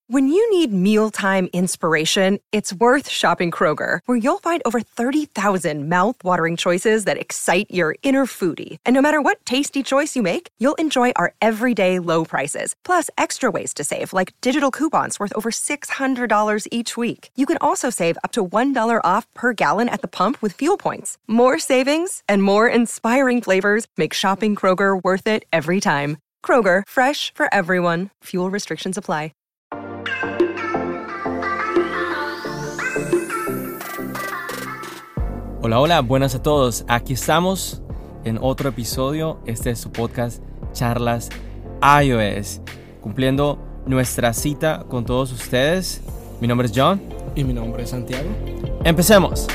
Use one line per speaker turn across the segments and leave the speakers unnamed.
When you need mealtime inspiration, it's worth shopping Kroger, where you'll find over 30,000 mouth-watering choices that excite your inner foodie. And no matter what tasty choice you make, you'll enjoy our everyday low prices, plus extra ways to save, like digital coupons worth over $600 each week. You can also save up to $1 off per gallon at the pump with fuel points. More savings and more inspiring flavors make shopping Kroger worth it every time. Kroger, fresh for everyone. Fuel restrictions apply.
Hola, hola, buenas a todos. Aquí estamos en otro episodio. Este es su podcast Charlas iOS, cumpliendo nuestra cita con todos ustedes. Mi nombre es John.
Y mi nombre es Santiago.
¡Empecemos!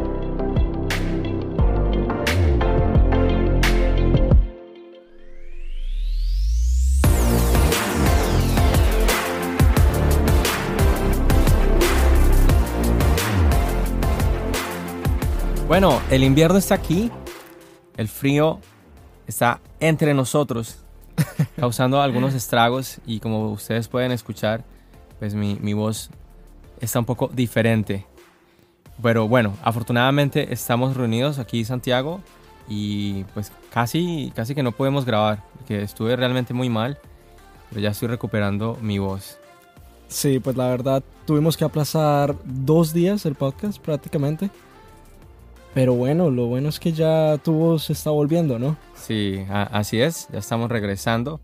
Bueno, el invierno está aquí, el frío está entre nosotros, causando algunos estragos y como ustedes pueden escuchar, pues mi voz está un poco diferente. Pero bueno, afortunadamente estamos reunidos aquí Santiago y pues casi que no podemos grabar, porque estuve realmente muy mal, pero ya estoy recuperando mi voz.
Sí, pues la verdad tuvimos que aplazar 2 días el podcast prácticamente. Pero bueno, lo bueno es que ya tu voz se está volviendo, ¿no?
Sí, así es, ya estamos regresando.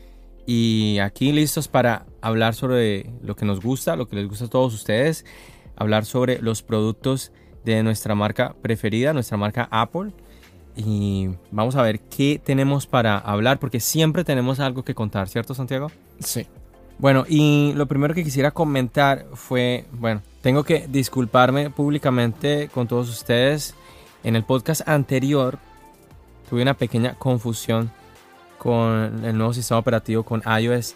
Y aquí listos para hablar sobre lo que nos gusta, lo que les gusta a todos ustedes. Hablar sobre los productos de nuestra marca preferida, nuestra marca Apple. Y vamos a ver qué tenemos para hablar, porque siempre tenemos algo que contar, ¿cierto, Santiago?
Sí.
Bueno, y lo primero que quisiera comentar fue, bueno, tengo que disculparme públicamente con todos ustedes. En el podcast anterior tuve una pequeña confusión con el nuevo sistema operativo, con iOS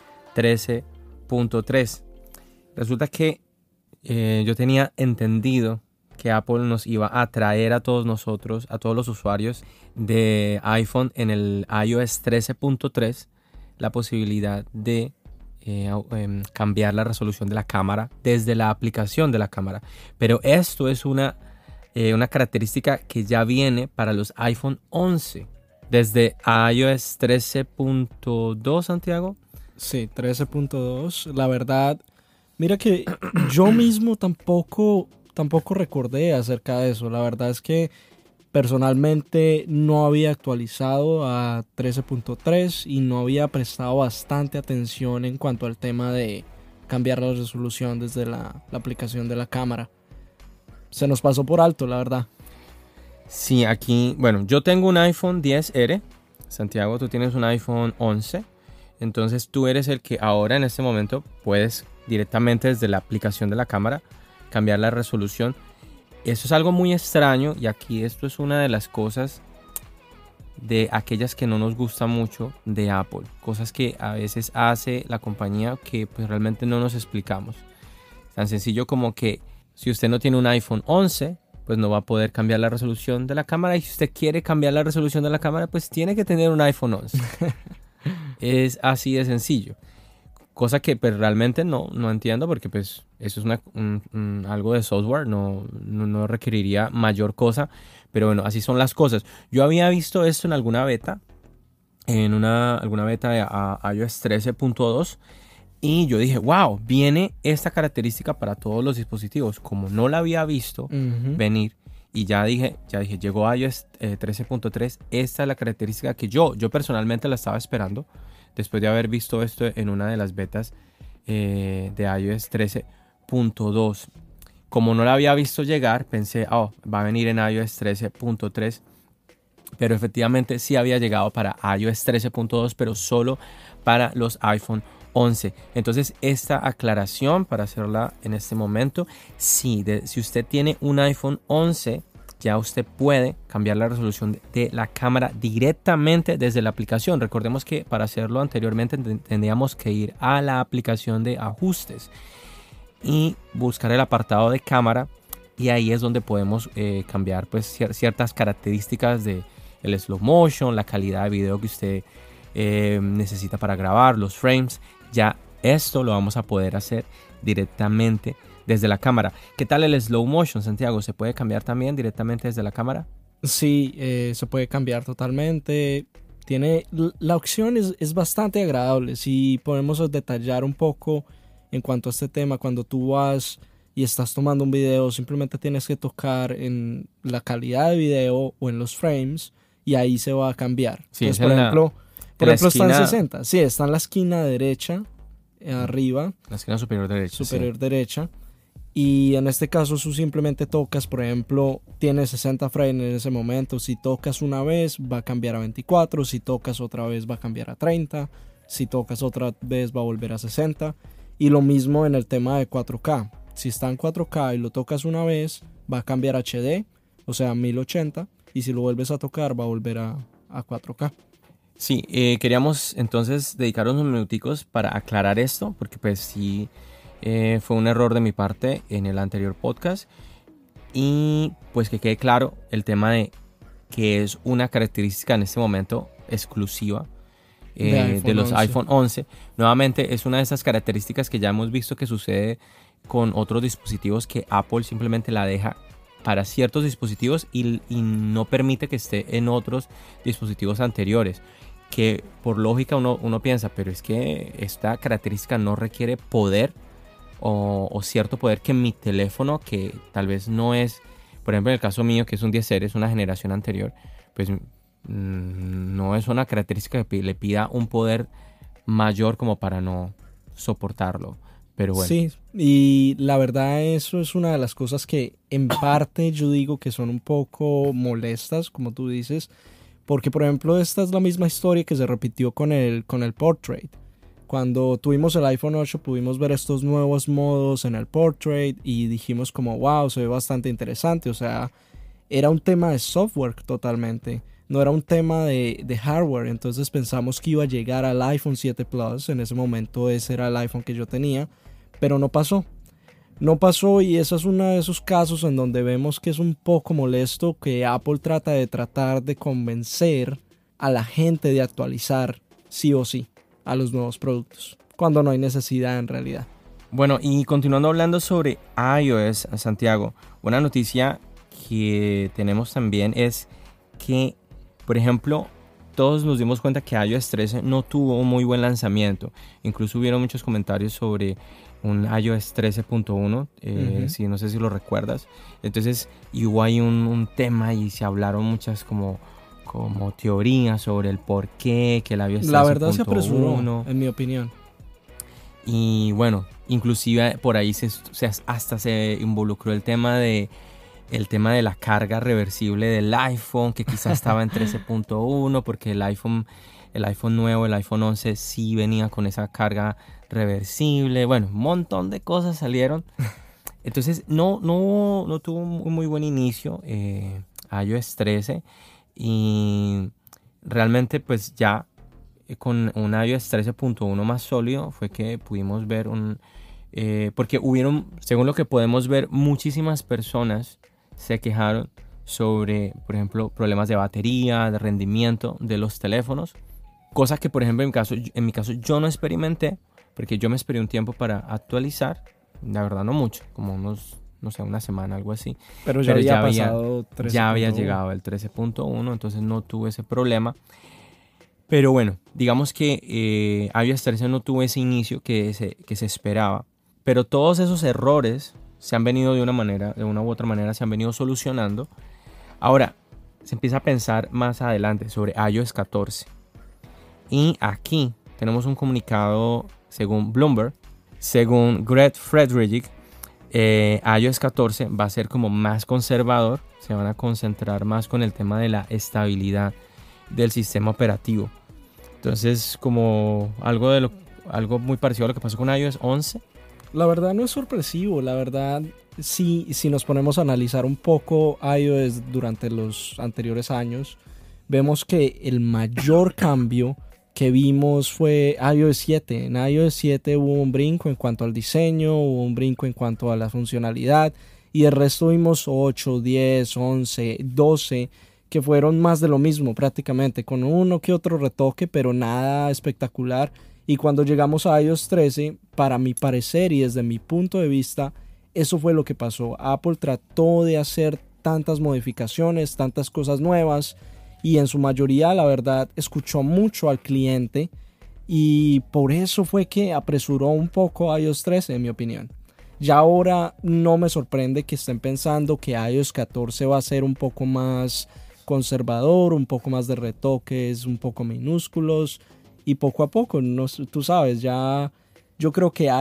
13.3. Resulta que yo tenía entendido que Apple nos iba a traer a todos nosotros, a todos los usuarios de iPhone en el iOS 13.3, la posibilidad de cambiar la resolución de la cámara desde la aplicación de la cámara. Pero esto es una característica que ya viene para los iPhone 11 desde iOS 13.2, Santiago.
Sí, 13.2. La verdad, mira que yo mismo tampoco recordé acerca de eso. La verdad es que personalmente no había actualizado a 13.3 y no había prestado bastante atención en cuanto al tema de cambiar la resolución desde la aplicación de la cámara. Se nos pasó por alto, la verdad.
Sí, aquí, bueno, yo tengo un iPhone XR. Santiago, tú tienes un iPhone 11. Entonces tú eres el que ahora en este momento puedes directamente desde la aplicación de la cámara cambiar la resolución. Eso es algo muy extraño y aquí esto es una de las cosas de aquellas que no nos gusta mucho de Apple. Cosas que a veces hace la compañía que pues realmente no nos explicamos. Tan sencillo como que si usted no tiene un iPhone 11, pues no va a poder cambiar la resolución de la cámara. Y si usted quiere cambiar la resolución de la cámara, pues tiene que tener un iPhone 11. Es así de sencillo. Cosa que pues realmente no entiendo porque pues eso es algo de software, no requeriría mayor cosa. Pero bueno, así son las cosas. Yo había visto esto en alguna beta, alguna beta de iOS 13.2. Y yo dije, wow, viene esta característica para todos los dispositivos. Como no la había visto venir y ya dije, llegó iOS 13.3. Esta es la característica que yo personalmente la estaba esperando. Después de haber visto esto en una de las betas de iOS 13.2. Como no la había visto llegar, pensé, va a venir en iOS 13.3. Pero efectivamente sí había llegado para iOS 13.2, pero solo para los iPhone 11. Entonces esta aclaración para hacerla en este momento, si usted tiene un iPhone 11, ya usted puede cambiar la resolución de la cámara directamente desde la aplicación. Recordemos que para hacerlo anteriormente tendríamos que ir a la aplicación de ajustes y buscar el apartado de cámara, y ahí es donde podemos cambiar pues ciertas características de el slow motion, la calidad de video que usted necesita para grabar, los frames. Ya esto lo vamos a poder hacer directamente desde la cámara. ¿Qué tal el slow motion, Santiago? ¿Se puede cambiar también directamente desde la cámara?
Sí, se puede cambiar totalmente. La opción es bastante agradable. Si podemos detallar un poco en cuanto a este tema, cuando tú vas y estás tomando un video, simplemente tienes que tocar en la calidad de video o en los frames y ahí se va a cambiar.
Sí,
entonces, por ejemplo está en 60. Sí, está en la esquina derecha, arriba.
La esquina superior derecha.
Superior derecha. Y en este caso tú simplemente tocas, por ejemplo, tienes 60 frames en ese momento. Si tocas una vez va a cambiar a 24, si tocas otra vez va a cambiar a 30, si tocas otra vez va a volver a 60. Y lo mismo en el tema de 4K. Si está en 4K y lo tocas una vez va a cambiar a HD, o sea 1080, y si lo vuelves a tocar va a volver a 4K.
Sí, queríamos entonces dedicar unos minuticos para aclarar esto, porque pues sí... fue un error de mi parte en el anterior podcast, y pues que quede claro el tema de que es una característica en este momento exclusiva de los iPhone 11. Nuevamente es una de esas características que ya hemos visto que sucede con otros dispositivos, que Apple simplemente la deja para ciertos dispositivos y no permite que esté en otros dispositivos anteriores, que por lógica uno piensa, pero es que esta característica no requiere poder o cierto poder que mi teléfono, que tal vez no es, por ejemplo en el caso mío que es un 10R, es una generación anterior, pues no es una característica que le pida un poder mayor como para no soportarlo, pero bueno.
Sí, y la verdad eso es una de las cosas que en parte yo digo que son un poco molestas, como tú dices, porque por ejemplo esta es la misma historia que se repitió con el Portrait. Cuando tuvimos el iPhone 8 pudimos ver estos nuevos modos en el Portrait y dijimos como wow, se ve bastante interesante. O sea, era un tema de software totalmente, no era un tema de hardware. Entonces pensamos que iba a llegar al iPhone 7 Plus. En ese momento ese era el iPhone que yo tenía, pero no pasó. No pasó, y eso es uno de esos casos en donde vemos que es un poco molesto que Apple tratar de convencer a la gente de actualizar sí o sí a los nuevos productos, cuando no hay necesidad en realidad.
Bueno, y continuando hablando sobre iOS, Santiago, una noticia que tenemos también es que, por ejemplo, todos nos dimos cuenta que iOS 13 no tuvo un muy buen lanzamiento. Incluso hubieron muchos comentarios sobre un iOS 13.1, si no sé si lo recuerdas. Entonces hubo ahí un tema y se hablaron muchas como teorías sobre el por qué, que el iOS 13.1.
La verdad se apresuró, en mi opinión.
Y bueno, inclusive por ahí hasta se involucró el tema de la carga reversible del iPhone, que quizás estaba en 13.1, porque el iPhone nuevo, el iPhone 11, sí venía con esa carga reversible. Bueno, un montón de cosas salieron. Entonces no tuvo un muy buen inicio iOS 13, y realmente pues ya con un iOS 13.1 más sólido fue que pudimos ver porque hubieron, según lo que podemos ver, muchísimas personas se quejaron sobre, por ejemplo, problemas de batería, de rendimiento de los teléfonos, cosas que, por ejemplo, en mi caso yo no experimenté, porque yo me esperé un tiempo para actualizar, la verdad no mucho, como una semana, algo así.
Pero ya había pasado 13.1.
Ya había llegado el 13.1, entonces no tuve ese problema. Pero bueno, digamos que iOS 13 no tuvo ese inicio que se esperaba. Pero todos esos errores se han venido de una u otra manera, se han venido solucionando. Ahora, se empieza a pensar más adelante sobre iOS 14. Y aquí tenemos un comunicado según Bloomberg, según Greg Friedrich, iOS 14 va a ser como más conservador, se van a concentrar más con el tema de la estabilidad del sistema operativo. Entonces, como algo muy parecido a lo que pasó con iOS 11.
La verdad no es sorpresivo, la verdad si nos ponemos a analizar un poco iOS durante los anteriores años, vemos que el mayor cambio que vimos fue iOS 7. En iOS 7 hubo un brinco en cuanto al diseño, hubo un brinco en cuanto a la funcionalidad, y el resto vimos 8, 10, 11, 12, que fueron más de lo mismo prácticamente, con uno que otro retoque, pero nada espectacular. Y cuando llegamos a iOS 13, para mi parecer y desde mi punto de vista, eso fue lo que pasó. Apple trató de hacer tantas modificaciones, tantas cosas nuevas, y en su mayoría, la verdad, escuchó mucho al cliente, y por eso fue que apresuró un poco iOS 13, en mi opinión. Ya ahora no me sorprende que estén pensando que iOS 14 va a ser un poco más conservador, un poco más de retoques, un poco minúsculos, y poco a poco, no, tú sabes, ya yo creo que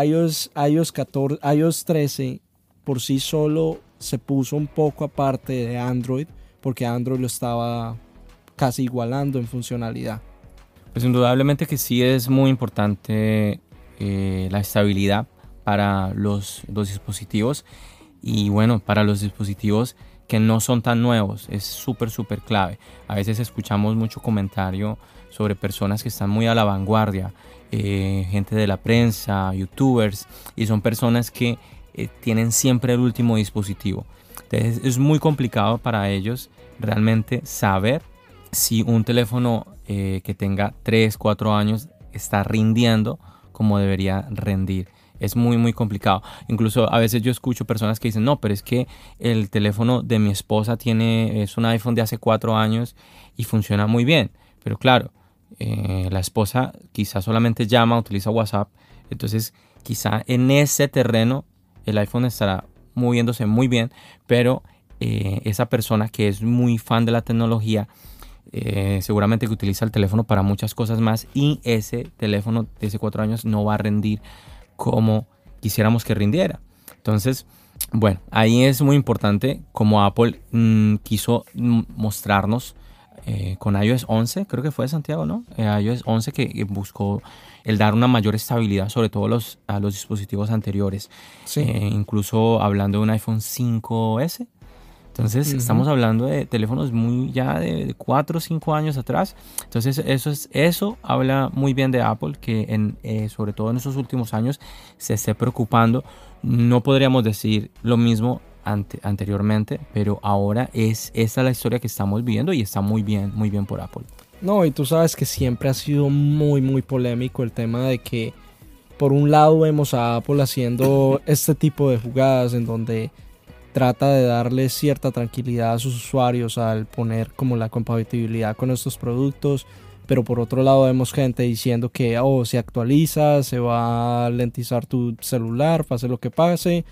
iOS 13 por sí solo se puso un poco aparte de Android, porque Android lo estaba casi igualando en funcionalidad.
Pues indudablemente que sí es muy importante la estabilidad para los dispositivos, y bueno, para los dispositivos que no son tan nuevos es súper clave. A veces escuchamos mucho comentario sobre personas que están muy a la vanguardia, gente de la prensa, youtubers, y son personas que tienen siempre el último dispositivo. Entonces es muy complicado para ellos realmente saber si un teléfono que tenga 3, 4 años está rindiendo como debería rendir. Es muy complicado. Incluso a veces yo escucho personas que dicen, no, pero es que el teléfono de mi esposa es un iPhone de hace 4 años y funciona muy bien. Pero claro, la esposa quizá solamente llama, utiliza WhatsApp. Entonces quizá en ese terreno el iPhone estará moviéndose muy bien, pero esa persona que es muy fan de la tecnología, seguramente que utiliza el teléfono para muchas cosas más, y ese teléfono de hace 4 años no va a rendir como quisiéramos que rindiera. Entonces, bueno, ahí es muy importante como Apple quiso mostrarnos con iOS 11, creo que fue Santiago, ¿no? iOS 11 que buscó el dar una mayor estabilidad, sobre todo a los dispositivos anteriores.
Sí.
Incluso hablando de un iPhone 5S. Entonces estamos hablando de teléfonos muy ya de 4 o 5 años atrás. Entonces eso habla muy bien de Apple, que sobre todo en estos últimos años se esté preocupando. No podríamos decir lo mismo anteriormente, pero ahora esta es la historia que estamos viviendo, y está muy bien por Apple.
No, y tú sabes que siempre ha sido muy polémico el tema de que por un lado vemos a Apple haciendo este tipo de jugadas en donde trata de darle cierta tranquilidad a sus usuarios al poner como la compatibilidad con estos productos, pero por otro lado vemos gente diciendo que si actualiza se va a lentizar tu celular, pase lo que pase,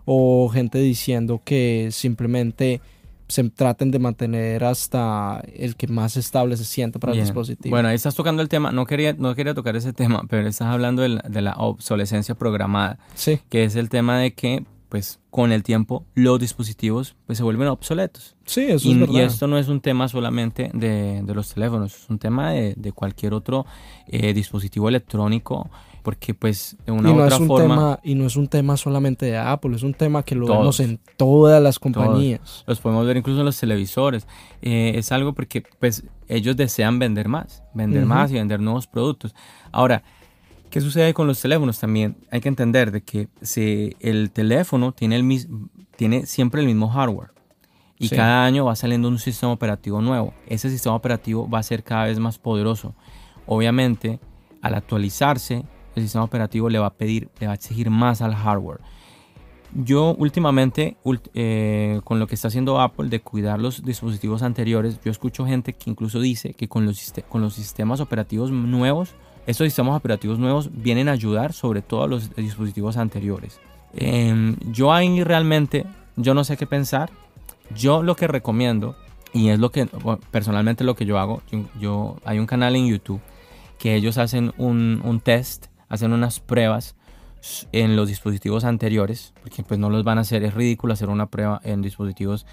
o gente diciendo que simplemente se traten de mantener hasta el que más estable se sienta para
Bien.
el dispositivo.
Bueno, ahí estás tocando el tema, no quería tocar ese tema, pero estás hablando de la obsolescencia programada,
Sí.
que es el tema de que pues con el tiempo los dispositivos pues se vuelven obsoletos.
Sí, eso es verdad.
Y esto no es un tema solamente de los teléfonos, es un tema de cualquier otro dispositivo electrónico, porque pues de una u otra forma...
Y no es un tema solamente de Apple, es un tema que lo vemos en todas las compañías.
Todos. Los podemos ver incluso en los televisores. Es algo porque pues ellos desean vender más y vender nuevos productos. Ahora, ¿qué sucede con los teléfonos? También hay que entender de que el teléfono tiene siempre el mismo hardware, y
Sí.
cada año va saliendo un sistema operativo nuevo. Ese sistema operativo va a ser cada vez más poderoso. Obviamente, al actualizarse, el sistema operativo le va a exigir más al hardware. Yo últimamente, con lo que está haciendo Apple de cuidar los dispositivos anteriores, yo escucho gente que incluso dice que con los sistemas operativos nuevos, estos sistemas operativos nuevos vienen a ayudar sobre todo a los dispositivos anteriores. Yo ahí realmente, yo no sé qué pensar. Yo lo que recomiendo, y es personalmente lo que yo hago, hay un canal en YouTube que ellos hacen un test, hacen unas pruebas en los dispositivos anteriores, porque pues no los van a hacer, es ridículo hacer una prueba en dispositivos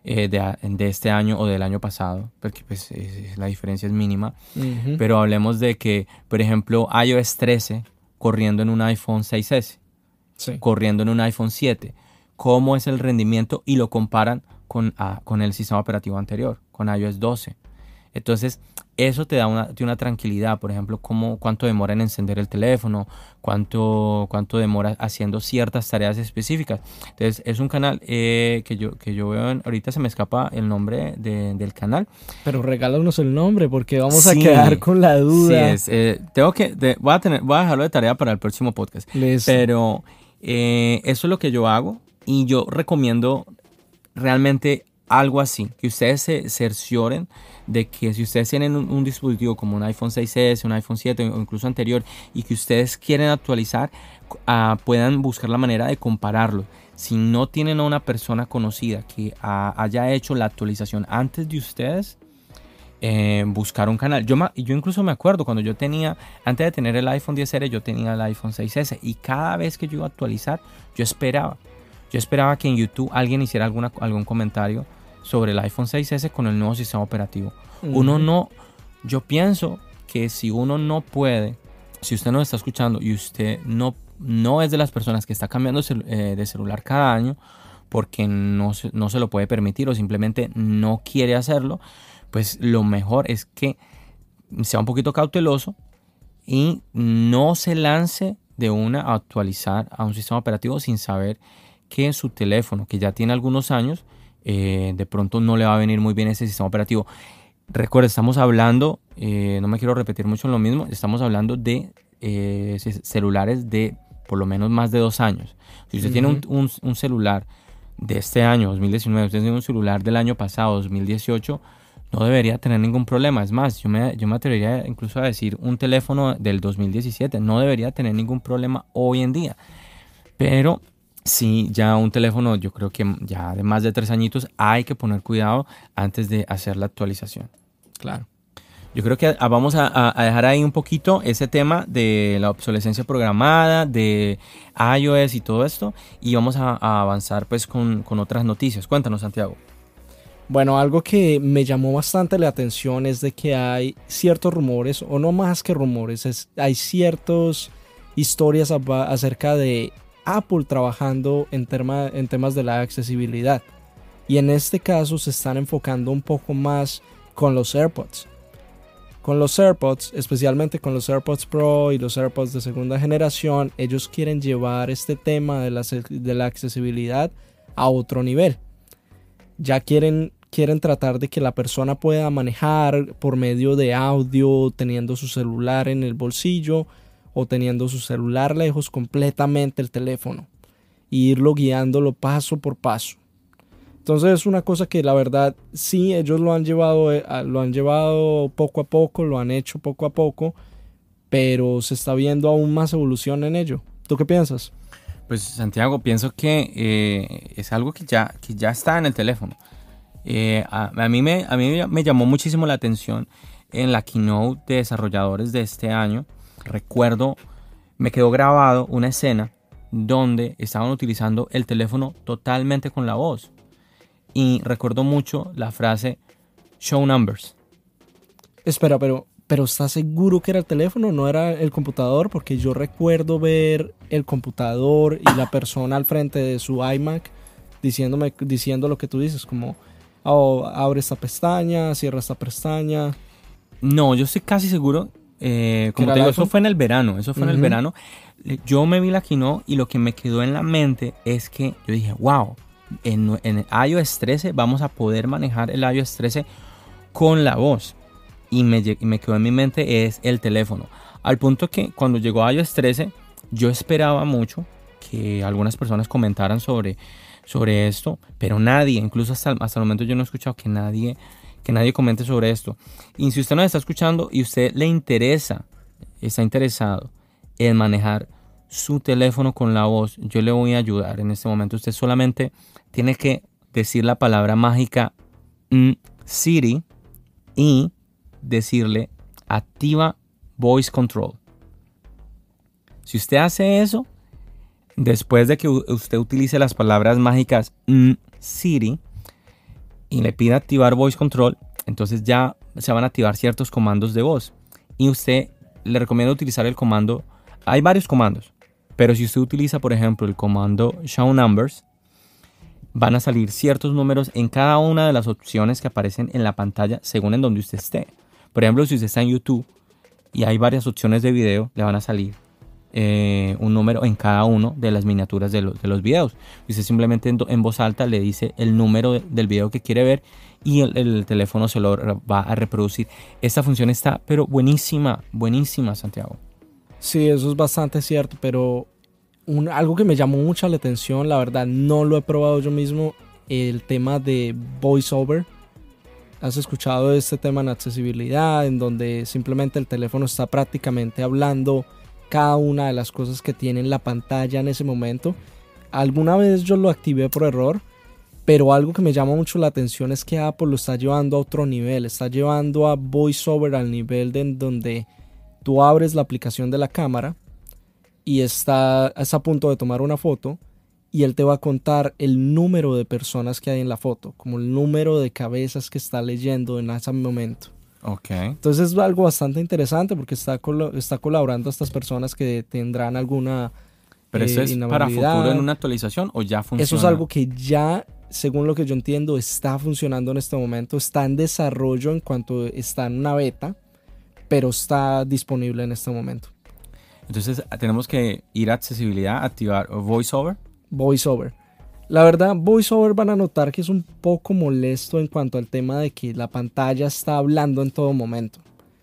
de este año o del año pasado, porque pues la diferencia es mínima. Pero hablemos de que, por ejemplo, iOS 13 corriendo en un iPhone 6S,
Sí.
corriendo en un iPhone 7, cómo es el rendimiento, y lo comparan con el sistema operativo anterior, con iOS 12. Entonces, eso te da una tranquilidad. Por ejemplo, cuánto demora en encender el teléfono, cuánto demora haciendo ciertas tareas específicas. Entonces, es un canal que yo veo, ahorita se me escapa el nombre del canal.
Pero regálanos el nombre porque vamos a
Sí,
quedar con la duda.
Sí, voy a dejarlo de tarea para el próximo podcast. Pero eso es lo que yo hago y yo recomiendo realmente algo así, que ustedes se cercioren de que si ustedes tienen un dispositivo como un iPhone 6S, un iPhone 7 o incluso anterior y que ustedes quieren actualizar, puedan buscar la manera de compararlo. Si no tienen a una persona conocida que haya hecho la actualización antes de ustedes, buscar un canal. Yo incluso me acuerdo cuando antes de tener el iPhone XR, yo tenía el iPhone 6S y cada vez que yo iba a actualizar, yo esperaba que en YouTube alguien hiciera algún comentario sobre el iPhone 6S con el nuevo sistema operativo. Yo pienso que si uno no puede, si usted no está escuchando y usted no es de las personas que está cambiando de celular cada año porque no se lo puede permitir o simplemente no quiere hacerlo, pues lo mejor es que sea un poquito cauteloso y no se lance de una a actualizar a un sistema operativo sin saber que su teléfono, que ya tiene algunos años, de pronto no le va a venir muy bien ese sistema operativo. Recuerda, estamos hablando, no me quiero repetir mucho en lo mismo, estamos hablando de celulares de por lo menos más de 2 años. Si usted tiene un celular de este año, 2019, usted tiene un celular del año pasado, 2018, no debería tener ningún problema. Es más, yo me atrevería incluso a decir un teléfono del 2017 no debería tener ningún problema hoy en día. Pero sí, ya un teléfono, yo creo que ya de más de 3 añitos hay que poner cuidado antes de hacer la actualización.
Claro.
Yo creo que vamos a dejar ahí un poquito ese tema de la obsolescencia programada, de iOS y todo esto, y vamos a avanzar pues con otras noticias. Cuéntanos, Santiago.
Bueno, algo que me llamó bastante la atención es de que hay ciertos rumores, o no más que rumores, hay ciertas historias acerca de Apple trabajando en temas de la accesibilidad. Y en este caso se están enfocando un poco más con los AirPods. Con los AirPods, especialmente con los AirPods Pro y los AirPods de segunda generación, ellos quieren llevar este tema de la accesibilidad a otro nivel. Ya quieren tratar de que la persona pueda manejar por medio de audio, teniendo su celular en el bolsillo o teniendo su celular lejos completamente el teléfono e irlo guiándolo paso por paso. Entonces es una cosa que la verdad sí, ellos lo han llevado poco a poco, lo han hecho poco a poco, pero se está viendo aún más evolución en ello. ¿Tú qué piensas?
Pues Santiago, pienso que es algo que ya está en el teléfono. A mí me llamó muchísimo la atención en la keynote de desarrolladores de este año. Recuerdo, me quedó grabado una escena donde estaban utilizando el teléfono totalmente con la voz. Y recuerdo mucho la frase show numbers.
Espera, pero ¿estás seguro que era el teléfono? ¿No era el computador? Porque yo recuerdo ver el computador y la persona al frente de su iMac diciendo lo que tú dices, como abre esta pestaña, cierra esta pestaña.
No, yo estoy casi seguro. Como te digo, eso fue en el verano. Yo me vi la keynote y lo que me quedó en la mente es que yo dije, wow, en iOS 13 vamos a poder manejar el iOS 13 con la voz. Y me quedó en mi mente es el teléfono. Al punto que cuando llegó iOS 13, yo esperaba mucho que algunas personas comentaran sobre esto, pero nadie, incluso hasta el momento yo no he escuchado que nadie comente sobre esto. Y si usted nos está escuchando y usted está interesado en manejar su teléfono con la voz, yo le voy a ayudar en este momento. Usted solamente tiene que decir la palabra mágica Siri y decirle activa voice control. Si usted hace eso, después de que usted utilice las palabras mágicas Siri y le pida activar voice control, entonces ya se van a activar ciertos comandos de voz. Y usted le recomiendo utilizar el comando. Hay varios comandos, pero si usted utiliza, por ejemplo, el comando show numbers, van a salir ciertos números en cada una de las opciones que aparecen en la pantalla según en donde usted esté. Por ejemplo, si usted está en YouTube y hay varias opciones de video, le van a salir un número en cada una de las miniaturas de los videos. Usted simplemente en voz alta le dice el número del video que quiere ver y el teléfono se lo va a reproducir. Esta función está pero buenísima, buenísima, Santiago.
Sí, eso es bastante cierto, pero algo que me llamó mucho la atención, la verdad no lo he probado yo mismo, el tema de VoiceOver. ¿Has escuchado de este tema en accesibilidad, en donde simplemente el teléfono está prácticamente hablando cada una de las cosas que tiene en la pantalla en ese momento? Alguna vez yo lo activé por error, pero algo que me llama mucho la atención es que Apple lo está llevando a otro nivel, está llevando a VoiceOver al nivel de donde tú abres la aplicación de la cámara y estás a punto de tomar una foto y él te va a contar el número de personas que hay en la foto, como el número de cabezas que está leyendo en ese momento.
Okay.
Entonces es algo bastante interesante porque está colaborando a estas personas que tendrán alguna
¿Pero eso es para futuro en una actualización o ya funciona?
Eso es algo que ya, según lo que yo entiendo, está funcionando en este momento. Está en desarrollo en cuanto está en una beta, pero está disponible en este momento.
Entonces tenemos que ir a accesibilidad, activar VoiceOver.
VoiceOver. La verdad, VoiceOver van a notar que es un poco molesto en cuanto al tema de que la pantalla está hablando en todo momento.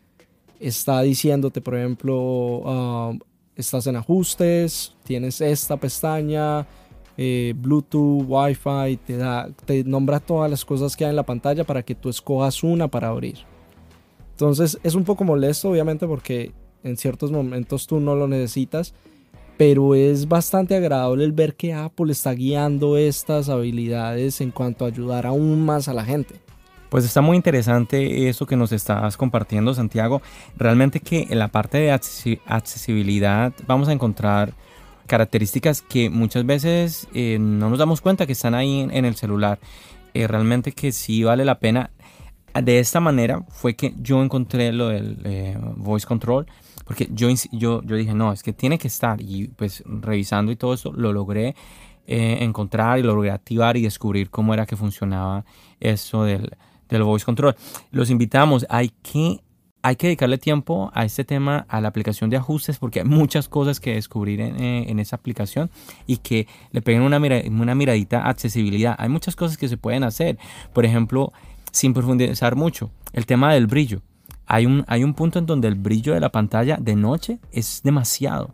Está diciéndote, por ejemplo, estás en ajustes, tienes esta pestaña, Bluetooth, Wi-Fi, te nombra todas las cosas que hay en la pantalla para que tú escojas una para abrir. Entonces es un poco molesto, obviamente, porque en ciertos momentos tú no lo necesitas, pero es bastante agradable el ver que Apple está guiando estas habilidades en cuanto a ayudar aún más a la gente.
Pues está muy interesante eso que nos estás compartiendo, Santiago. Realmente que en la parte de accesibilidad vamos a encontrar características que muchas veces no nos damos cuenta que están ahí en el celular. Realmente que sí vale la pena. De esta manera fue que yo encontré lo del voice control, porque yo dije, no, es que tiene que estar, y pues revisando y todo eso lo logré encontrar y lo logré activar y descubrir cómo era que funcionaba eso del voice control. Los invitamos, hay que dedicarle tiempo a este tema, a la aplicación de ajustes, porque hay muchas cosas que descubrir en esa aplicación y que le peguen una miradita a accesibilidad. Hay muchas cosas que se pueden hacer, por ejemplo, sin profundizar mucho, el tema del brillo. Hay un punto en donde el brillo de la pantalla de noche es demasiado.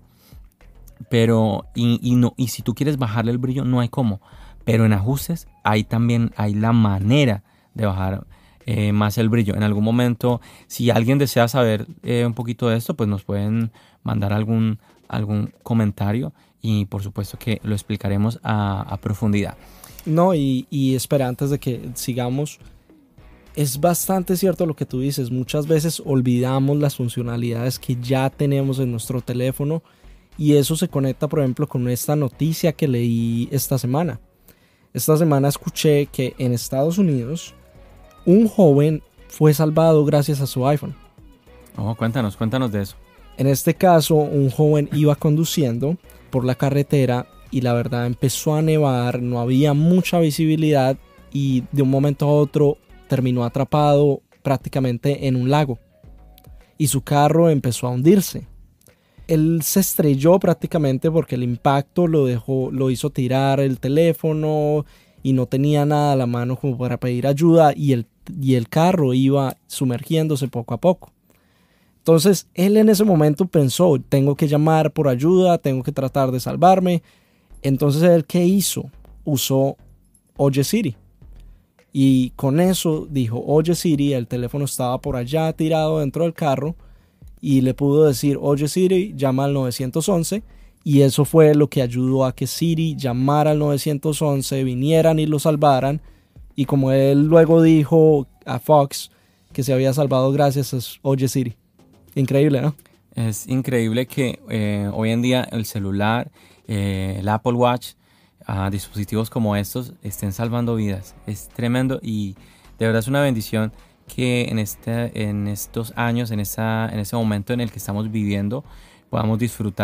Pero, y si tú quieres bajarle el brillo, no hay cómo. Pero en ajustes, ahí también hay la manera de bajar más el brillo. En algún momento, si alguien desea saber un poquito de esto, pues nos pueden mandar algún comentario y por supuesto que lo explicaremos a profundidad.
No, y espera, antes de que sigamos, es bastante cierto lo que tú dices. Muchas veces olvidamos las funcionalidades que ya tenemos en nuestro teléfono y eso se conecta, por ejemplo, con esta noticia que leí esta semana. Esta semana escuché que en Estados Unidos un joven fue salvado gracias a su iPhone.
Oh, cuéntanos de eso.
En este caso, un joven iba conduciendo por la carretera y la verdad empezó a nevar, no había mucha visibilidad y de un momento a otro terminó atrapado prácticamente en un lago y su carro empezó a hundirse. Él se estrelló prácticamente porque el impacto lo hizo tirar el teléfono y no tenía nada a la mano como para pedir ayuda y el carro iba sumergiéndose poco a poco. Entonces él en ese momento pensó, tengo que llamar por ayuda, tengo que tratar de salvarme. Entonces él, ¿qué hizo? Usó Oye Siri. Y con eso dijo Oye Siri, el teléfono estaba por allá tirado dentro del carro y le pudo decir Oye Siri, llama al 911 y eso fue lo que ayudó a que Siri llamara al 911, vinieran y lo salvaran y como él luego dijo a Fox que se había salvado gracias a Oye Siri. Increíble, ¿no?
Es increíble que hoy en día el celular, el Apple Watch, dispositivos como estos estén salvando vidas. Es tremendo y de verdad es una bendición que en estos años, en ese momento en el que estamos viviendo, podamos disfrutar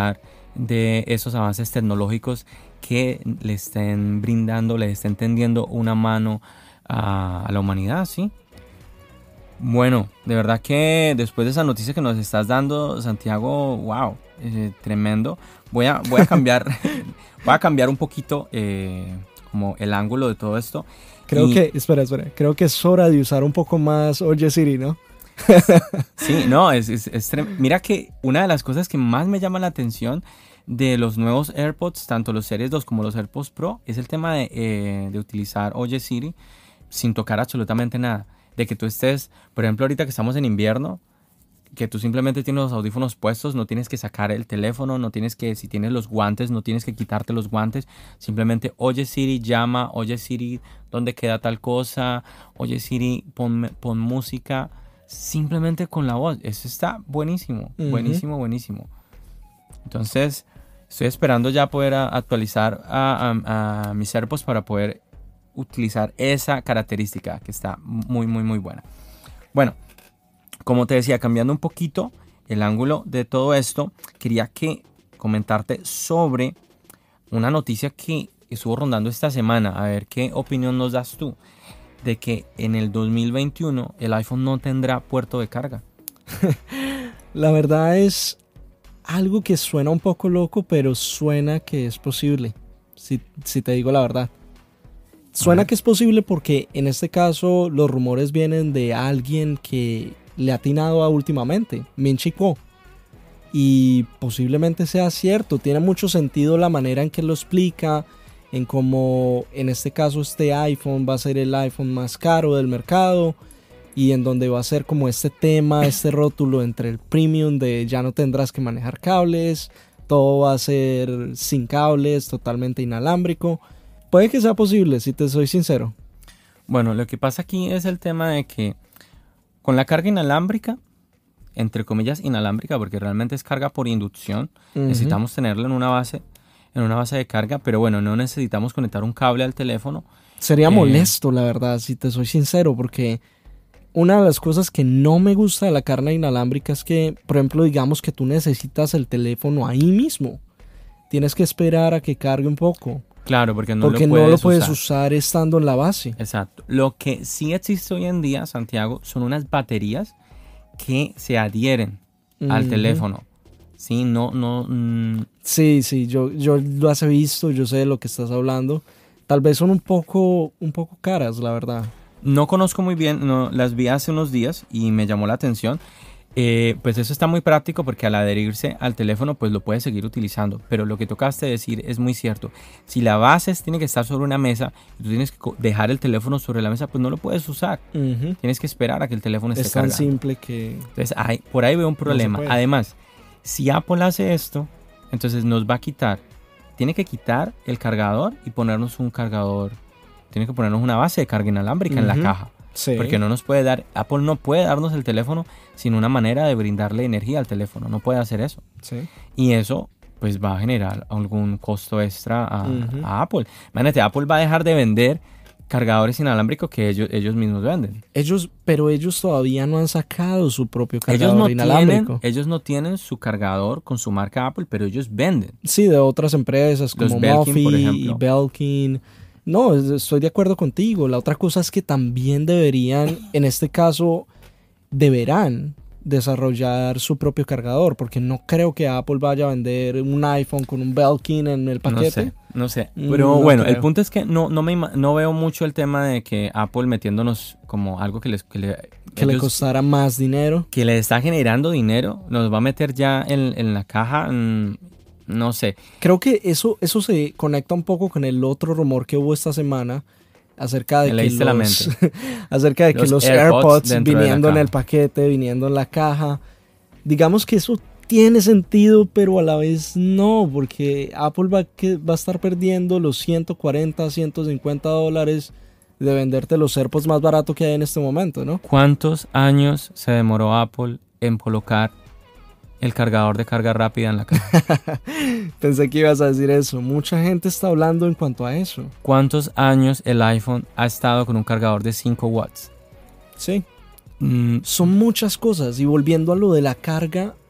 de esos avances tecnológicos que le estén brindando, le estén tendiendo una mano a la humanidad, ¿sí? Bueno, de verdad que después de esa noticia que nos estás dando, Santiago, wow, tremendo. Voy a cambiar, voy a cambiar un poquito como el ángulo de todo esto.
Espera, creo que es hora de usar un poco más Oye Siri, ¿no?
Sí, no, mira que una de las cosas que más me llama la atención de los nuevos AirPods, tanto los Series 2 como los AirPods Pro, es el tema de utilizar Oye Siri sin tocar absolutamente nada. De que tú estés, por ejemplo, ahorita que estamos en invierno, que tú simplemente tienes los audífonos puestos, no tienes que sacar el teléfono, no tienes que, si tienes los guantes, no tienes que quitarte los guantes, simplemente Oye Siri, llama, Oye Siri, ¿dónde queda tal cosa? Oye Siri, pon música, simplemente con la voz. Eso está buenísimo, buenísimo. Entonces, estoy esperando ya poder actualizar a mis AirPods para poder utilizar esa característica que está muy buena. Bueno, como te decía, cambiando un poquito el ángulo de todo esto, quería comentarte sobre una noticia que estuvo rondando esta semana, a ver qué opinión nos das tú, de que en el 2021 el iPhone no tendrá puerto de carga.
La verdad es algo que suena un poco loco, pero suena que es posible, si te digo la verdad. Suena que es posible porque en este caso los rumores vienen de alguien que le ha atinado a últimamente, Ming-Chi Kuo. Y posiblemente sea cierto, tiene mucho sentido la manera en que lo explica, en cómo en este caso este iPhone va a ser el iPhone más caro del mercado y en donde va a ser como este tema, este rótulo entre el premium de ya no tendrás que manejar cables, todo va a ser sin cables, totalmente inalámbrico. Puede que sea posible, si te soy sincero.
Bueno, lo que pasa aquí es el tema de que con la carga inalámbrica, entre comillas inalámbrica, porque realmente es carga por inducción, necesitamos tenerla en una base de carga, pero bueno, no necesitamos conectar un cable al teléfono.
Sería molesto, la verdad, si te soy sincero, porque una de las cosas que no me gusta de la carga inalámbrica es que, por ejemplo, digamos que tú necesitas el teléfono ahí mismo. Tienes que esperar a que cargue un poco.
Claro, porque no
lo puedes usar estando en la base.
Exacto. Lo que sí existe hoy en día, Santiago, son unas baterías que se adhieren al teléfono. Sí,
Sí, yo las he visto, yo sé de lo que estás hablando. Tal vez son un poco caras, la verdad.
No conozco muy bien, las vi hace unos días y me llamó la atención. Pues eso está muy práctico porque al adherirse al teléfono pues lo puedes seguir utilizando, pero lo que tocaste decir es muy cierto. Si la base tiene que estar sobre una mesa y tú tienes que dejar el teléfono sobre la mesa, pues no lo puedes usar. Tienes que esperar a que el teléfono esté cargado.
Es tan simple que...
Entonces por ahí veo un problema.
No
Además, si Apple hace esto, entonces nos va a tiene que quitar el cargador y ponernos un cargador, tiene que ponernos una base de carga inalámbrica en la caja.
Sí.
Porque Apple no puede darnos el teléfono sin una manera de brindarle energía al teléfono, no puede hacer eso.
Sí.
Y eso pues va a generar algún costo extra a Apple. Imagínate, Apple va a dejar de vender cargadores inalámbricos que ellos mismos venden.
Pero ellos todavía no han sacado su propio cargador inalámbrico.
Ellos no tienen su cargador con su marca Apple, pero ellos venden.
Sí, de otras empresas como
Belkin, por
Mophie
ejemplo.
y Belkin. No, estoy de acuerdo contigo. La otra cosa es que también deberían, en este caso, deberán desarrollar su propio cargador, porque no creo que Apple vaya a vender un iPhone con un Belkin en el paquete.
No sé. Pero bueno, el punto es que no veo mucho el tema de que Apple metiéndonos como algo que
le costara más dinero.
Que le está generando dinero, nos va a meter ya en la caja. No sé.
Creo que eso se conecta un poco con el otro rumor que hubo esta semana acerca de que los AirPods viniendo en el paquete, viniendo en la caja. Digamos que eso tiene sentido, pero a la vez no, porque Apple va a estar perdiendo los $140, $150 de venderte los AirPods más barato que hay en este momento, ¿no?
¿Cuántos años se demoró Apple en colocar el cargador de carga rápida en la caja?
Pensé que ibas a decir eso. Mucha gente está hablando en cuanto a eso.
¿Cuántos años el iPhone ha estado con un cargador de 5 watts?
Sí. Son muchas cosas. Y volviendo a lo de la carga,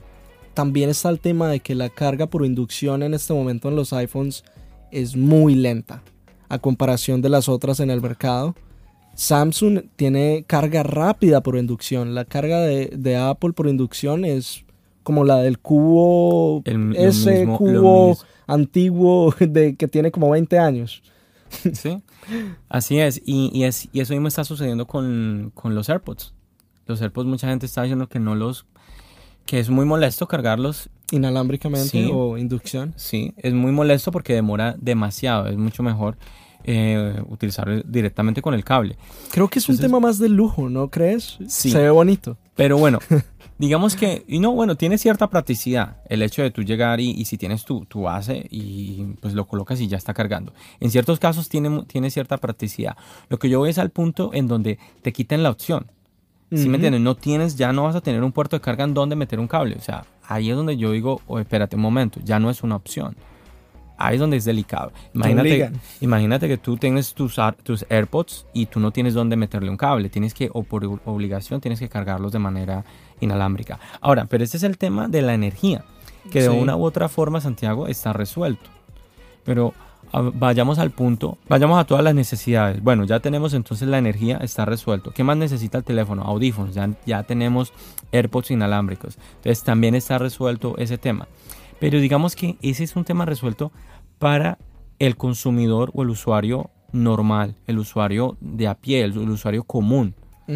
también está el tema de que la carga por inducción en este momento en los iPhones es muy lenta a comparación de las otras en el mercado. Samsung tiene carga rápida por inducción. La carga de Apple por inducción es como la del cubo, ese cubo antiguo que tiene como 20 años.
Sí, así es. Y eso mismo está sucediendo con los AirPods. Los AirPods, mucha gente está diciendo que es muy molesto cargarlos
Inalámbricamente, sí, o inducción.
Sí, es muy molesto porque demora demasiado. Es mucho mejor utilizarlo directamente con el cable.
Creo que es un tema más de lujo, ¿no crees?
Sí.
Se ve bonito.
Pero bueno, digamos que, tiene cierta practicidad el hecho de tú llegar y si tienes tu base y pues lo colocas y ya está cargando. En ciertos casos tiene cierta practicidad. Lo que yo veo es al punto en donde te quitan la opción. ¿Sí me entiendes? Ya no vas a tener un puerto de carga en donde meter un cable. O sea, ahí es donde yo digo, espérate un momento, ya no es una opción. Ahí es donde es delicado. Imagínate que tú tienes tus AirPods y tú no tienes dónde meterle un cable. O por obligación, tienes que cargarlos de manera inalámbrica. Ahora, pero este es el tema de la energía, que de una u otra forma, Santiago, está resuelto. Pero vayamos al punto, vayamos a todas las necesidades. Bueno, ya tenemos entonces la energía, está resuelto. ¿Qué más necesita el teléfono? Audífonos, ya tenemos AirPods inalámbricos. Entonces también está resuelto ese tema. Pero digamos que ese es un tema resuelto para el consumidor o el usuario normal, el usuario de a pie, el usuario común.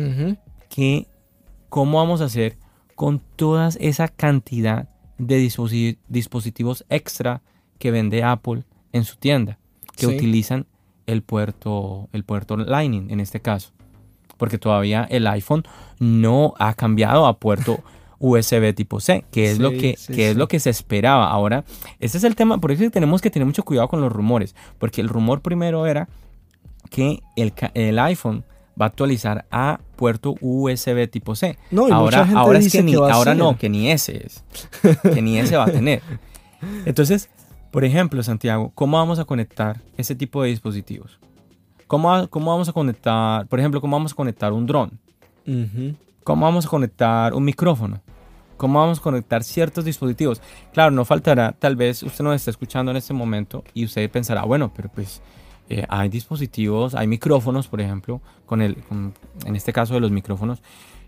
¿Cómo vamos a hacer con toda esa cantidad de dispositivos extra que vende Apple en su tienda, que utilizan el puerto Lightning en este caso? Porque todavía el iPhone no ha cambiado a puerto USB tipo C, que es lo que se esperaba. Ahora, ese es el tema, por eso tenemos que tener mucho cuidado con los rumores, porque el rumor primero era que el iPhone va a actualizar a puerto USB tipo C.
No, y
ahora es que ni ese va a tener. Entonces, por ejemplo, Santiago, ¿cómo vamos a conectar ese tipo de dispositivos? ¿Cómo vamos a conectar, por ejemplo, cómo vamos a conectar un dron? ¿Cómo vamos a conectar un micrófono? ¿Cómo vamos a conectar ciertos dispositivos? Claro, no faltará, tal vez usted nos está escuchando en este momento y usted pensará, bueno, pero pues hay dispositivos, hay micrófonos, por ejemplo, en este caso de los micrófonos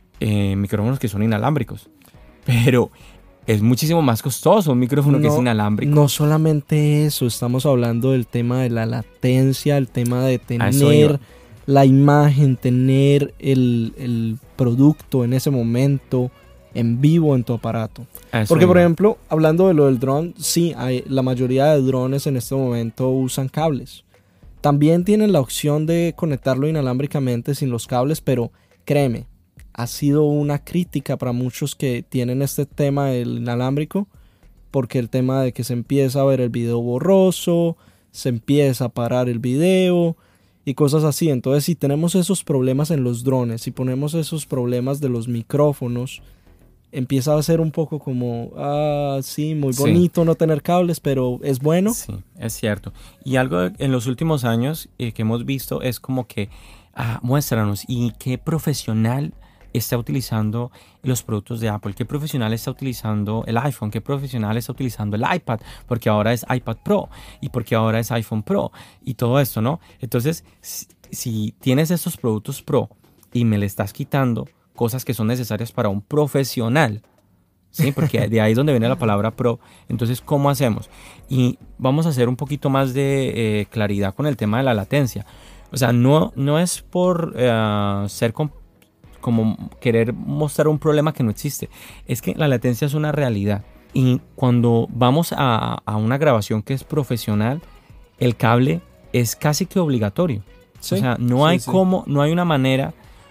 que son inalámbricos. Pero es muchísimo más costoso un micrófono que es inalámbrico.
No solamente eso, estamos hablando del tema de la latencia, el tema de tener la imagen, tener el producto en ese momento en vivo en tu aparato. Porque, por ejemplo, hablando de lo del dron, sí, la mayoría de drones en este momento usan cables. También tienen la opción de conectarlo inalámbricamente sin los cables, pero créeme, ha sido una crítica para muchos que tienen este tema del inalámbrico, porque el tema de que se empieza a ver el video borroso, se empieza a parar el video y cosas así. Entonces, si tenemos esos problemas en los drones, si ponemos esos problemas de los micrófonos, empieza a ser un poco como, sí, muy bonito no tener cables, pero es bueno.
Sí, es cierto. Y algo en los últimos años que hemos visto es como que, muéstranos, ¿y qué profesional está utilizando los productos de Apple? ¿Qué profesional está utilizando el iPhone? ¿Qué profesional está utilizando el iPad? Porque ahora es iPad Pro y porque ahora es iPhone Pro y todo esto, ¿no? Entonces, si tienes estos productos Pro y me le estás quitando cosas que son necesarias para un profesional, ¿sí? Porque de ahí es donde viene la palabra Pro. Entonces, ¿cómo hacemos? Y vamos a hacer un poquito más de claridad con el tema de la latencia. O sea, no es por ser como querer mostrar un problema que no existe. Es que la latencia es una realidad. Y cuando vamos a una grabación que es profesional, el cable es casi que obligatorio. Sí, o sea, no hay una manera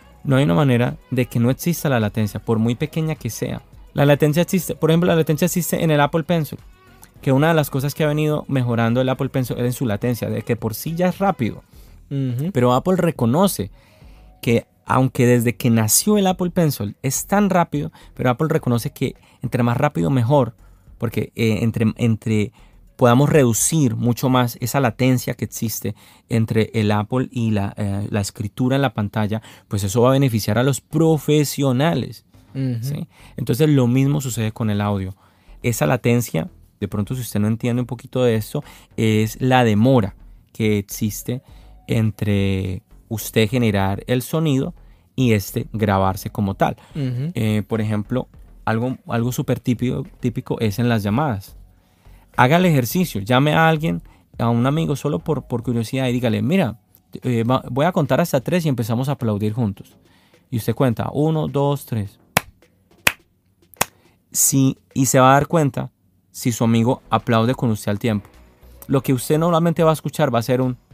de que no exista la latencia, por muy pequeña que sea. La latencia existe, por ejemplo, la latencia existe en el Apple Pencil, que una de las cosas que ha venido mejorando el Apple Pencil es en su latencia, de que por sí ya es rápido. Pero Apple reconoce que aunque desde que nació el Apple Pencil es tan rápido, pero Apple reconoce que entre más rápido mejor, porque entre podamos reducir mucho más esa latencia que existe entre el Apple y la escritura en la pantalla, pues eso va a beneficiar a los profesionales. ¿Sí? Entonces lo mismo sucede con el audio. esa latencia, de pronto si usted no entiende un poquito de esto, es la demora que existe entre usted generar el sonido y grabarse como tal. Por ejemplo, algo súper típico es en las llamadas. Haga el ejercicio, llame a alguien, a un amigo solo por curiosidad y dígale, mira, voy a contar hasta 3 y empezamos a aplaudir juntos. Y usted cuenta 1, 2, 3. Sí, y se va a dar cuenta si su amigo aplaude con usted al tiempo. Lo que usted normalmente va a escuchar va a ser un...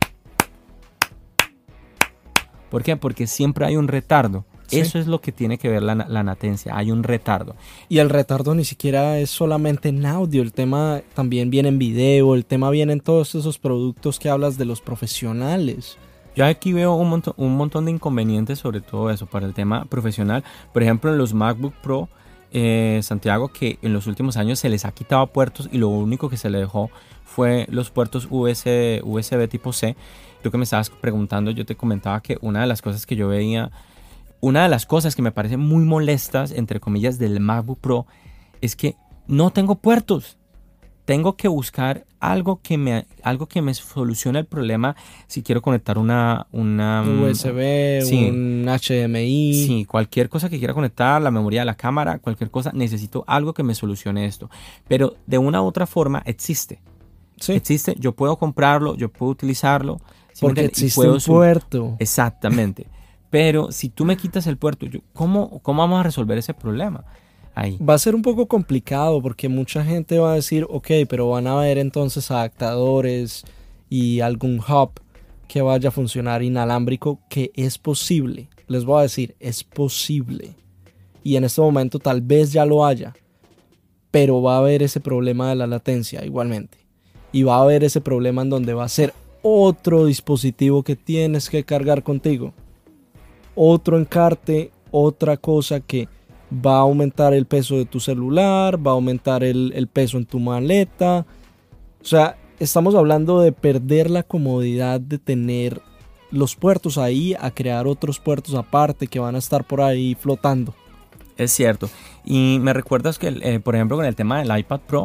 ¿Por qué? Porque siempre hay un retardo. Sí. Eso es lo que tiene que ver la latencia. Hay un retardo.
Y el retardo ni siquiera es solamente en audio. El tema también viene en video. El tema viene en todos esos productos que hablas de los profesionales.
Yo aquí veo un montón de inconvenientes sobre todo eso para el tema profesional. Por ejemplo, en los MacBook Pro, Santiago, que en los últimos años se les ha quitado puertos y lo único que se le dejó fue los puertos USB tipo C. Tú que me estabas preguntando, yo te comentaba que una de las cosas que yo veía, una de las cosas que me parecen muy molestas, entre comillas, del MacBook Pro, es que no tengo puertos. Tengo que buscar algo que me solucione el problema si quiero conectar una
USB,
sí,
un HDMI.
Sí, cualquier cosa que quiera conectar, la memoria de la cámara, cualquier cosa, necesito algo que me solucione esto. Pero de una u otra forma existe. Sí. Existe, yo puedo comprarlo, yo puedo utilizarlo.
Porque existe un puerto.
Exactamente. Pero si tú me quitas el puerto, ¿cómo vamos a resolver ese problema? Ahí.
Va a ser un poco complicado porque mucha gente va a decir, ok, pero van a haber entonces adaptadores y algún hub que vaya a funcionar inalámbrico, que es posible. Les voy a decir, es posible. Y en este momento tal vez ya lo haya, pero va a haber ese problema de la latencia igualmente. Y va a haber ese problema en donde va a ser otro dispositivo que tienes que cargar contigo. Otro encarte, otra cosa que va a aumentar el peso de tu celular, va a aumentar el peso en tu maleta. O sea, estamos hablando de perder la comodidad de tener los puertos ahí a crear otros puertos aparte que van a estar por ahí flotando.
Es cierto. Y me recuerdas que, por ejemplo, con el tema del iPad Pro,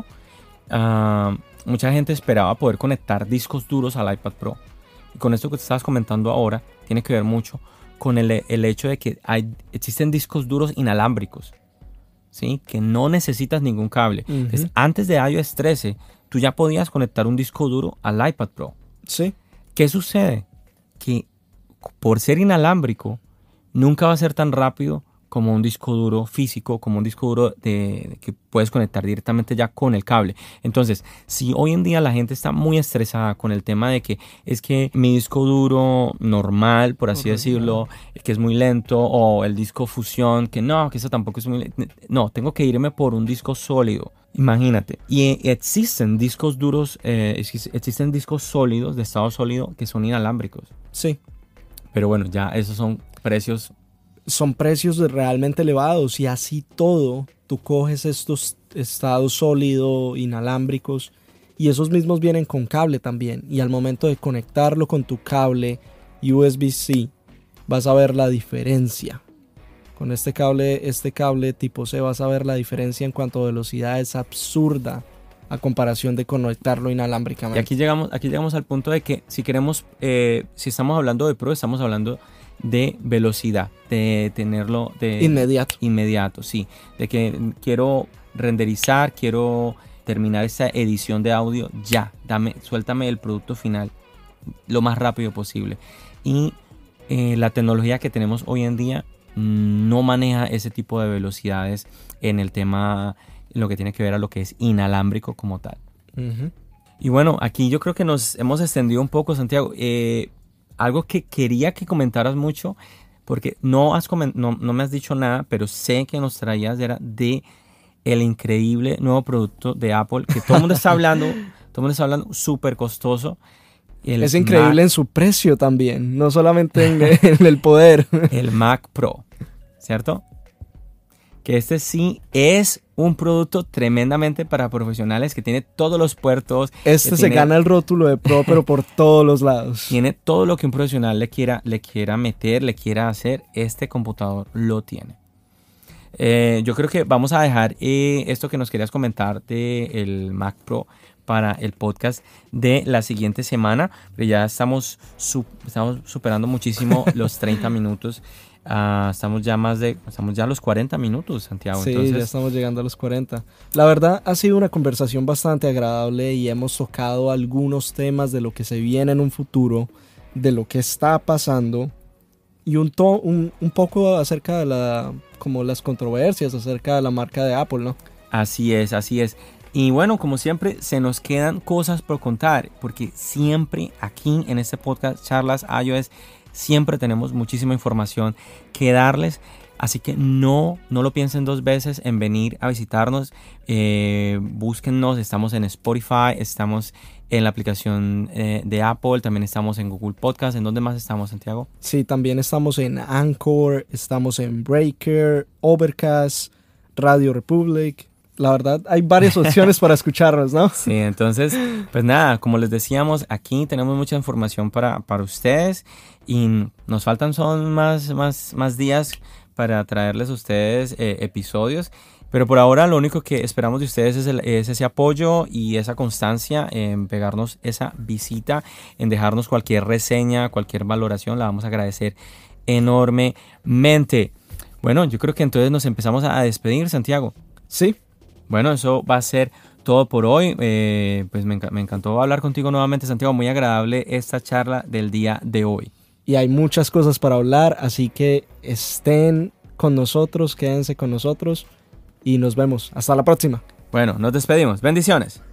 mucha gente esperaba poder conectar discos duros al iPad Pro. Y con esto que te estabas comentando ahora, tiene que ver mucho con el hecho de que existen discos duros inalámbricos, ¿sí? Que no necesitas ningún cable. Entonces, antes de iOS 13, tú ya podías conectar un disco duro al iPad Pro.
Sí.
¿Qué sucede? Que por ser inalámbrico, nunca va a ser tan rápido como un disco duro físico, como un disco duro que puedes conectar directamente ya con el cable. Entonces, si hoy en día la gente está muy estresada con el tema de que es que mi disco duro normal, por así decirlo, que es muy lento, o el disco fusión, que eso tampoco es muy lento. No, tengo que irme por un disco sólido. Imagínate. Y existen discos duros, existen discos sólidos, de estado sólido, que son inalámbricos.
Sí.
Pero bueno, ya esos son precios.
Son precios realmente elevados, y así todo, tú coges estos estados sólidos, inalámbricos, y esos mismos vienen con cable también, y al momento de conectarlo con tu cable USB-C, vas a ver la diferencia. Con este cable tipo C vas a ver la diferencia en cuanto a velocidad, es absurda a comparación de conectarlo inalámbricamente.
Y aquí llegamos al punto de que si queremos, si estamos hablando de Pro, estamos hablando de velocidad, de tenerlo de inmediato, sí, de que quiero renderizar, quiero terminar esta edición de audio ya, suéltame el producto final lo más rápido posible. Y la tecnología que tenemos hoy en día no maneja ese tipo de velocidades en el tema, en lo que tiene que ver a lo que es inalámbrico como tal. Y bueno, aquí yo creo que nos hemos extendido un poco, Santiago. Algo que quería que comentaras mucho, porque no me has dicho nada, pero sé que nos traías de el increíble nuevo producto de Apple, que todo el mundo está hablando, súper costoso.
Es increíble en su precio también, no solamente en el poder.
El Mac Pro, ¿cierto? Que este sí es un producto tremendamente para profesionales, que tiene todos los puertos.
Se gana el rótulo de Pro, pero por todos los lados.
Tiene todo lo que un profesional le quiera meter, le quiera hacer. Este computador lo tiene. Yo creo que vamos a dejar esto que nos querías comentar del Mac Pro para el podcast de la siguiente semana, pero ya estamos superando muchísimo los 30 minutos. Estamos ya a los 40 minutos, Santiago.
Sí,
entonces,
ya estamos llegando a los 40. La verdad ha sido una conversación bastante agradable y hemos tocado algunos temas de lo que se viene en un futuro, de lo que está pasando y un poco acerca de como las controversias acerca de la marca de Apple, ¿no?
Así es. Y bueno, como siempre, se nos quedan cosas por contar, porque siempre aquí en este podcast, Charlas iOS, siempre tenemos muchísima información que darles. Así que no lo piensen dos veces en venir a visitarnos. Búsquennos, estamos en Spotify, estamos en la aplicación de Apple, también estamos en Google Podcast. ¿En dónde más estamos, Santiago?
Sí, también estamos en Anchor, estamos en Breaker, Overcast, Radio Republic. La verdad, hay varias opciones para escucharnos, ¿no?
Sí, entonces, pues nada, como les decíamos, aquí tenemos mucha información para ustedes y nos faltan son más días para traerles a ustedes episodios. Pero por ahora lo único que esperamos de ustedes es ese apoyo y esa constancia en pegarnos esa visita, en dejarnos cualquier reseña, cualquier valoración. La vamos a agradecer enormemente. Bueno, yo creo que entonces nos empezamos a despedir, Santiago.
Sí.
Bueno, eso va a ser todo por hoy. Pues me encantó hablar contigo nuevamente, Santiago. Muy agradable esta charla del día de hoy.
Y hay muchas cosas para hablar, así que estén con nosotros, quédense con nosotros y nos vemos. Hasta la próxima.
Bueno, nos despedimos. Bendiciones.